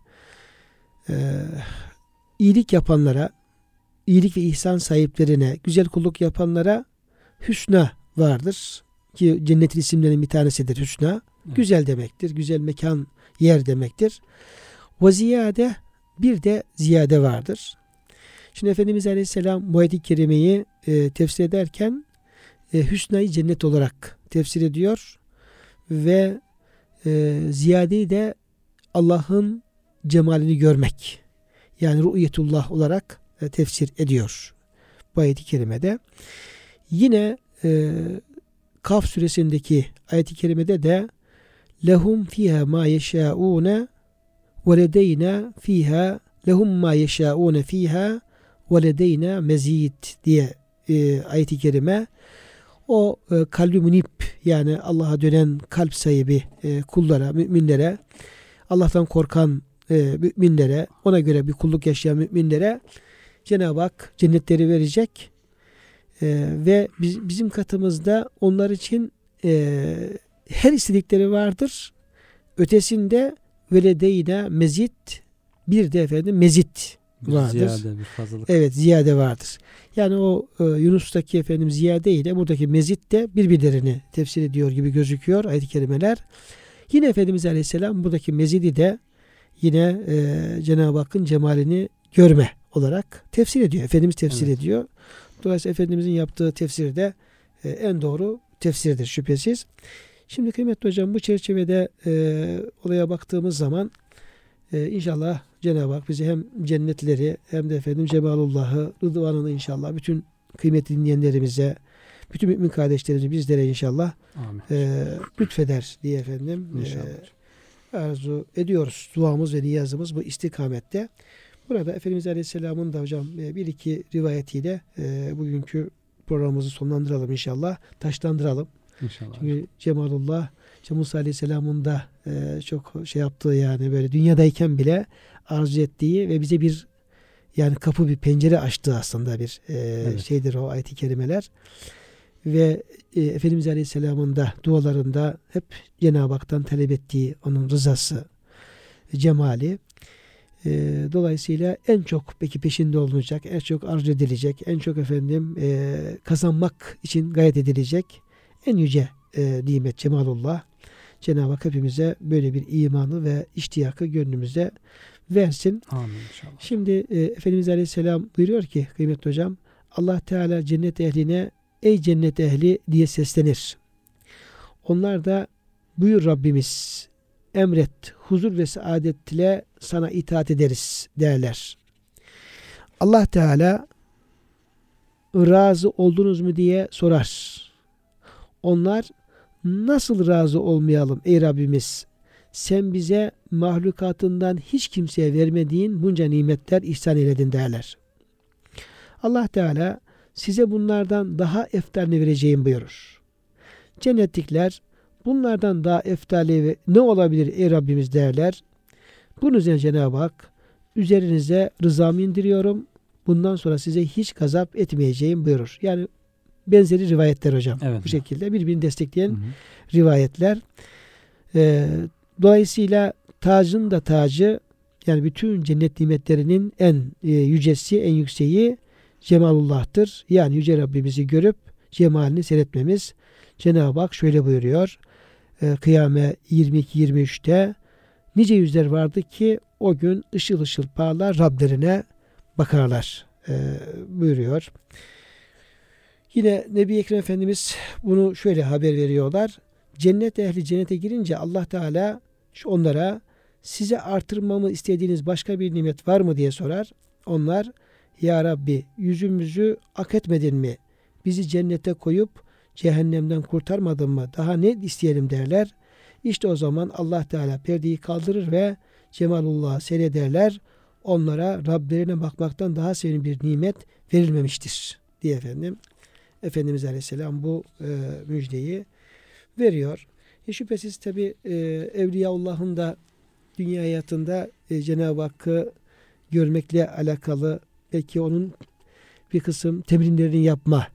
iyilik yapanlara, iyilik ve ihsan sahiplerine, güzel kulluk yapanlara hüsna vardır. Ki cennetin isimlerinin bir tanesidir hüsna. Evet. Güzel demektir. Güzel mekan, yer demektir. Ve ziyade, bir de ziyade vardır. Şimdi Efendimiz Aleyhisselam bu ayet-i kerimeyi tefsir ederken hüsnayı cennet olarak tefsir ediyor ve ziyadeyi de Allah'ın cemalini görmek, yani ru'yetullah olarak tefsir ediyor bu ayet-i kerimede. Yine Kaf suresindeki ayet-i kerimede de lehum fiha ma yeşâûne ve ledeyna fiha lehum ma yeşâûne fiha ve ledeyna mezîd diye ayet-i kerime o kalbi munip, yani Allah'a dönen kalp sahibi kullara, müminlere, Allah'tan korkan müminlere, ona göre bir kulluk yaşayan müminlere Cenab-ı Hak cennetleri verecek ve bizim katımızda onlar için her istedikleri vardır ötesinde veledeyne mezit, bir de efendim mezit vardır. Ziyade bir fazlalık. Evet, ziyade vardır. Yani o Yunus'taki efendim ziyade ile buradaki mezit de birbirlerini tefsir ediyor gibi gözüküyor ayet-i kerimeler. Yine Efendimiz Aleyhisselam buradaki mezidi de yine Cenab-ı Hakk'ın cemalini görme olarak tefsir ediyor. Efendimiz tefsir ediyor. Dolayısıyla Efendimizin yaptığı tefsir de en doğru tefsirdir şüphesiz. Şimdi kıymetli hocam, bu çerçevede olaya baktığımız zaman inşallah Cenab-ı Hak bize hem cennetleri hem de efendim Cemalullah'ı, Rıdvan'ını inşallah bütün kıymetli dinleyenlerimize, bütün mümin kardeşlerimize, bizlere inşallah lütfeder diye efendim arzu ediyoruz. Duamız ve niyazımız bu istikamette. Burada Efendimiz Aleyhisselam'ın da hocam bir iki rivayetiyle bugünkü programımızı sonlandıralım inşallah. Taşlandıralım. İnşallah. Çünkü Cemalullah, Musa Aleyhisselam'ın da çok şey yaptığı, yani böyle dünyadayken bile arzu ettiği ve bize bir yani kapı, bir pencere açtığı aslında bir şeydir o ayet-i kerimeler. Ve Efendimiz Aleyhisselam'ın da dualarında hep Cenab-ı Hak'tan talep ettiği onun rızası, cemali. Dolayısıyla en çok peki peşinde olunacak, en çok arzu edilecek, en çok efendim kazanmak için gayret edilecek en yüce nimet Cemalullah. Cenab-ı Hak hepimize böyle bir imanı ve iştiyakı gönlümüze versin. Amin inşallah. Şimdi Efendimiz Aleyhisselam buyuruyor ki kıymetli hocam, Allah Teala cennet ehline ey cennet ehli diye seslenir. Onlar da buyur Rabbimiz, emret, huzur ve saadet ile sana itaat ederiz derler. Allah Teala razı oldunuz mu diye sorar. Onlar nasıl razı olmayalım ey Rabbimiz? Sen bize mahlukatından hiç kimseye vermediğin bunca nimetler ihsan eyledin derler. Allah Teala size bunlardan daha eftalini vereceğim buyurur. Cennetlikler bunlardan daha eftali ne olabilir ey Rabbimiz derler. Bunun üzerine Cenab-ı Hak üzerinize rızamı indiriyorum. Bundan sonra size hiç gazap etmeyeceğim buyurur. Yani benzeri rivayetler hocam. Evet. Bu şekilde birbirini destekleyen rivayetler. Dolayısıyla tacın da tacı, yani bütün cennet nimetlerinin en yücesi, en yükseği Cemalullah'tır. Yani Yüce Rabbimizi görüp cemalini seyretmemiz. Cenab-ı Hak şöyle buyuruyor. Kıyame 22-23'te nice yüzler vardı ki o gün ışıl ışıl parlar Rablerine bakarlar buyuruyor. Yine Nebi Ekrem Efendimiz bunu şöyle haber veriyorlar. Cennet ehli cennete girince Allah Teala onlara size artırmamı istediğiniz başka bir nimet var mı diye sorar. Onlar ya Rabbi yüzümüzü ak etmedin mi? Bizi cennete koyup cehennemden kurtarmadın mı? Daha ne isteyelim derler. İşte o zaman Allah Teala perdeyi kaldırır ve Cemalullah'ı seyrederler. Onlara Rablerine bakmaktan daha sevimli bir nimet verilmemiştir diye Efendimiz Aleyhisselam bu müjdeyi veriyor. Şüphesiz tabi Evliyaullah'ın da dünya hayatında Cenab-ı Hakk'ı görmekle alakalı belki onun bir kısım temrinlerini yapma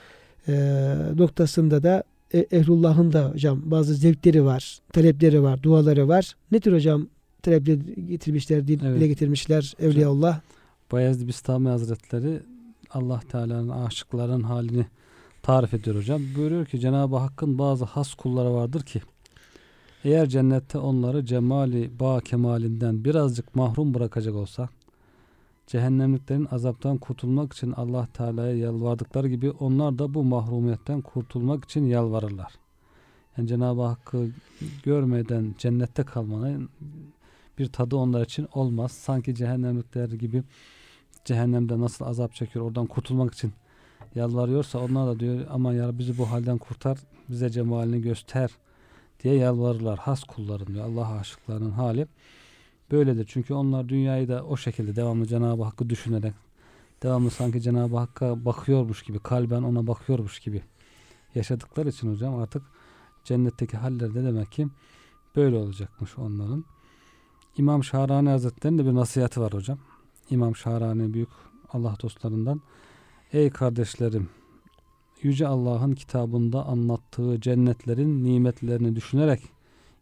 noktasında da Ehlullah'ın da hocam bazı zevkleri var, talepleri var, duaları var. Ne tür hocam talepleri getirmişler, dile getirmişler Evliyaullah? Bayezid Bistami Hazretleri Allah Teala'nın aşıkların halini tarif ediyor hocam. Buyuruyor ki Cenab-ı Hakk'ın bazı has kulları vardır ki eğer cennette onları cemali ba kemalinden birazcık mahrum bırakacak olsa cehennemliklerin azaptan kurtulmak için Allah Teala'ya yalvardıkları gibi onlar da bu mahrumiyetten kurtulmak için yalvarırlar. Yani Cenab-ı Hakk'ı görmeden cennette kalmanın bir tadı onlar için olmaz. Sanki cehennemlikler gibi cehennemde nasıl azap çekiyor oradan kurtulmak için yalvarıyorsa onlar da diyor aman ya bizi bu halden kurtar, bize cemalini göster diye yalvarırlar. Has kulların diyor. Allah aşıklarının hali böyledir. Çünkü onlar dünyayı da o şekilde devamlı Cenab-ı Hakk'ı düşünerek devamlı sanki Cenab-ı Hakk'a bakıyormuş gibi, kalben ona bakıyormuş gibi yaşadıkları için hocam artık cennetteki hallerde demek ki böyle olacakmış onların. İmam Şahrani Hazretleri'nin de bir nasihatı var hocam. İmam Şahrani büyük Allah dostlarından. Ey kardeşlerim, Yüce Allah'ın kitabında anlattığı cennetlerin nimetlerini düşünerek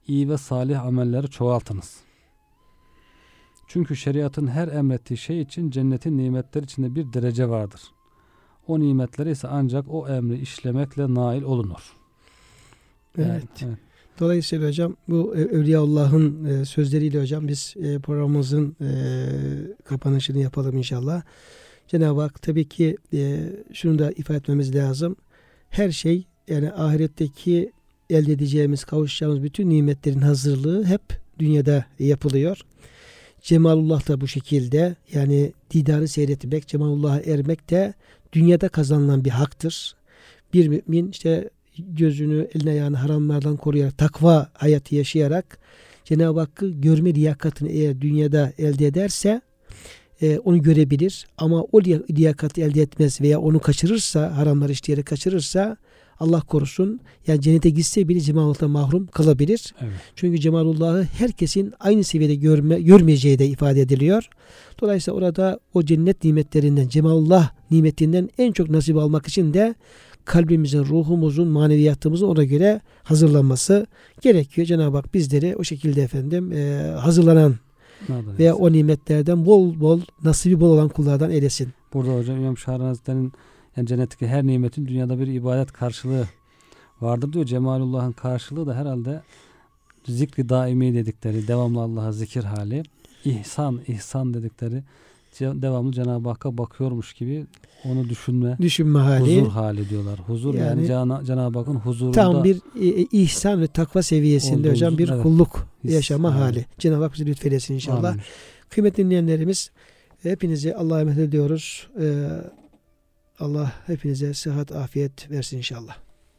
iyi ve salih amelleri çoğaltınız. Çünkü şeriatın her emrettiği şey için cennetin nimetleri içinde bir derece vardır. O nimetlere ise ancak o emri işlemekle nail olunur. Evet. Evet. Dolayısıyla hocam bu Evliyaullah'ın sözleriyle hocam biz programımızın kapanışını yapalım inşallah. Cenab-ı Hak tabii ki şunu da ifade etmemiz lazım. Her şey, yani ahiretteki elde edeceğimiz, kavuşacağımız bütün nimetlerin hazırlığı hep dünyada yapılıyor. Cemalullah da bu şekilde, yani didarı seyretmek, Cemalullah'a ermek de dünyada kazanılan bir haktır. Bir mümin işte gözünü, eline ayağını haramlardan koruyarak, takva hayatı yaşayarak Cenab-ı Hakk'ı görme liyakatını eğer dünyada elde ederse onu görebilir. Ama o liyakatı elde etmez veya onu kaçırırsa, haramlar işleyerek kaçırırsa, Allah korusun, yani cennete gitse bile Cemalullah'tan mahrum kalabilir. Evet. Çünkü Cemalullah'ı herkesin aynı seviyede görmeyeceği de ifade ediliyor. Dolayısıyla orada o cennet nimetlerinden, Cemalullah nimetinden en çok nasip almak için de kalbimizin, ruhumuzun, maneviyatımızın ona göre hazırlanması gerekiyor. Cenab-ı Hak bizleri o şekilde efendim hazırlanan veya o nimetlerden bol bol, nasibi bol olan kullardan eylesin. Burada hocam İmam Şahrani Hazretleri'nin yani cennetteki her nimetin dünyada bir ibadet karşılığı vardır diyor. Cemalullah'ın karşılığı da herhalde zikri daimi dedikleri, devamlı Allah'a zikir hali, ihsan dedikleri, devamlı Cenab-ı Hakk'a bakıyormuş gibi onu düşünme hali, huzur hali diyorlar. Huzur yani Cenab-ı Hakk'ın huzurunda tam bir ihsan ve takva seviyesinde hocam bir kulluk yaşama hali. Cenab-ı Hak bizi lütfeylesin inşallah. Amin. Kıymetli dinleyenlerimiz, hepinizi Allah'a emanet ediyoruz. Allah hepinize sıhhat, afiyet versin inşallah.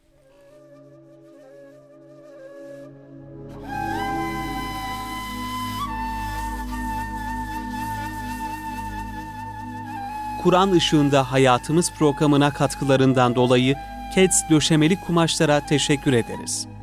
Kur'an Işığında Hayatımız programına katkılarından dolayı Keds Döşemeli Kumaşlara teşekkür ederiz.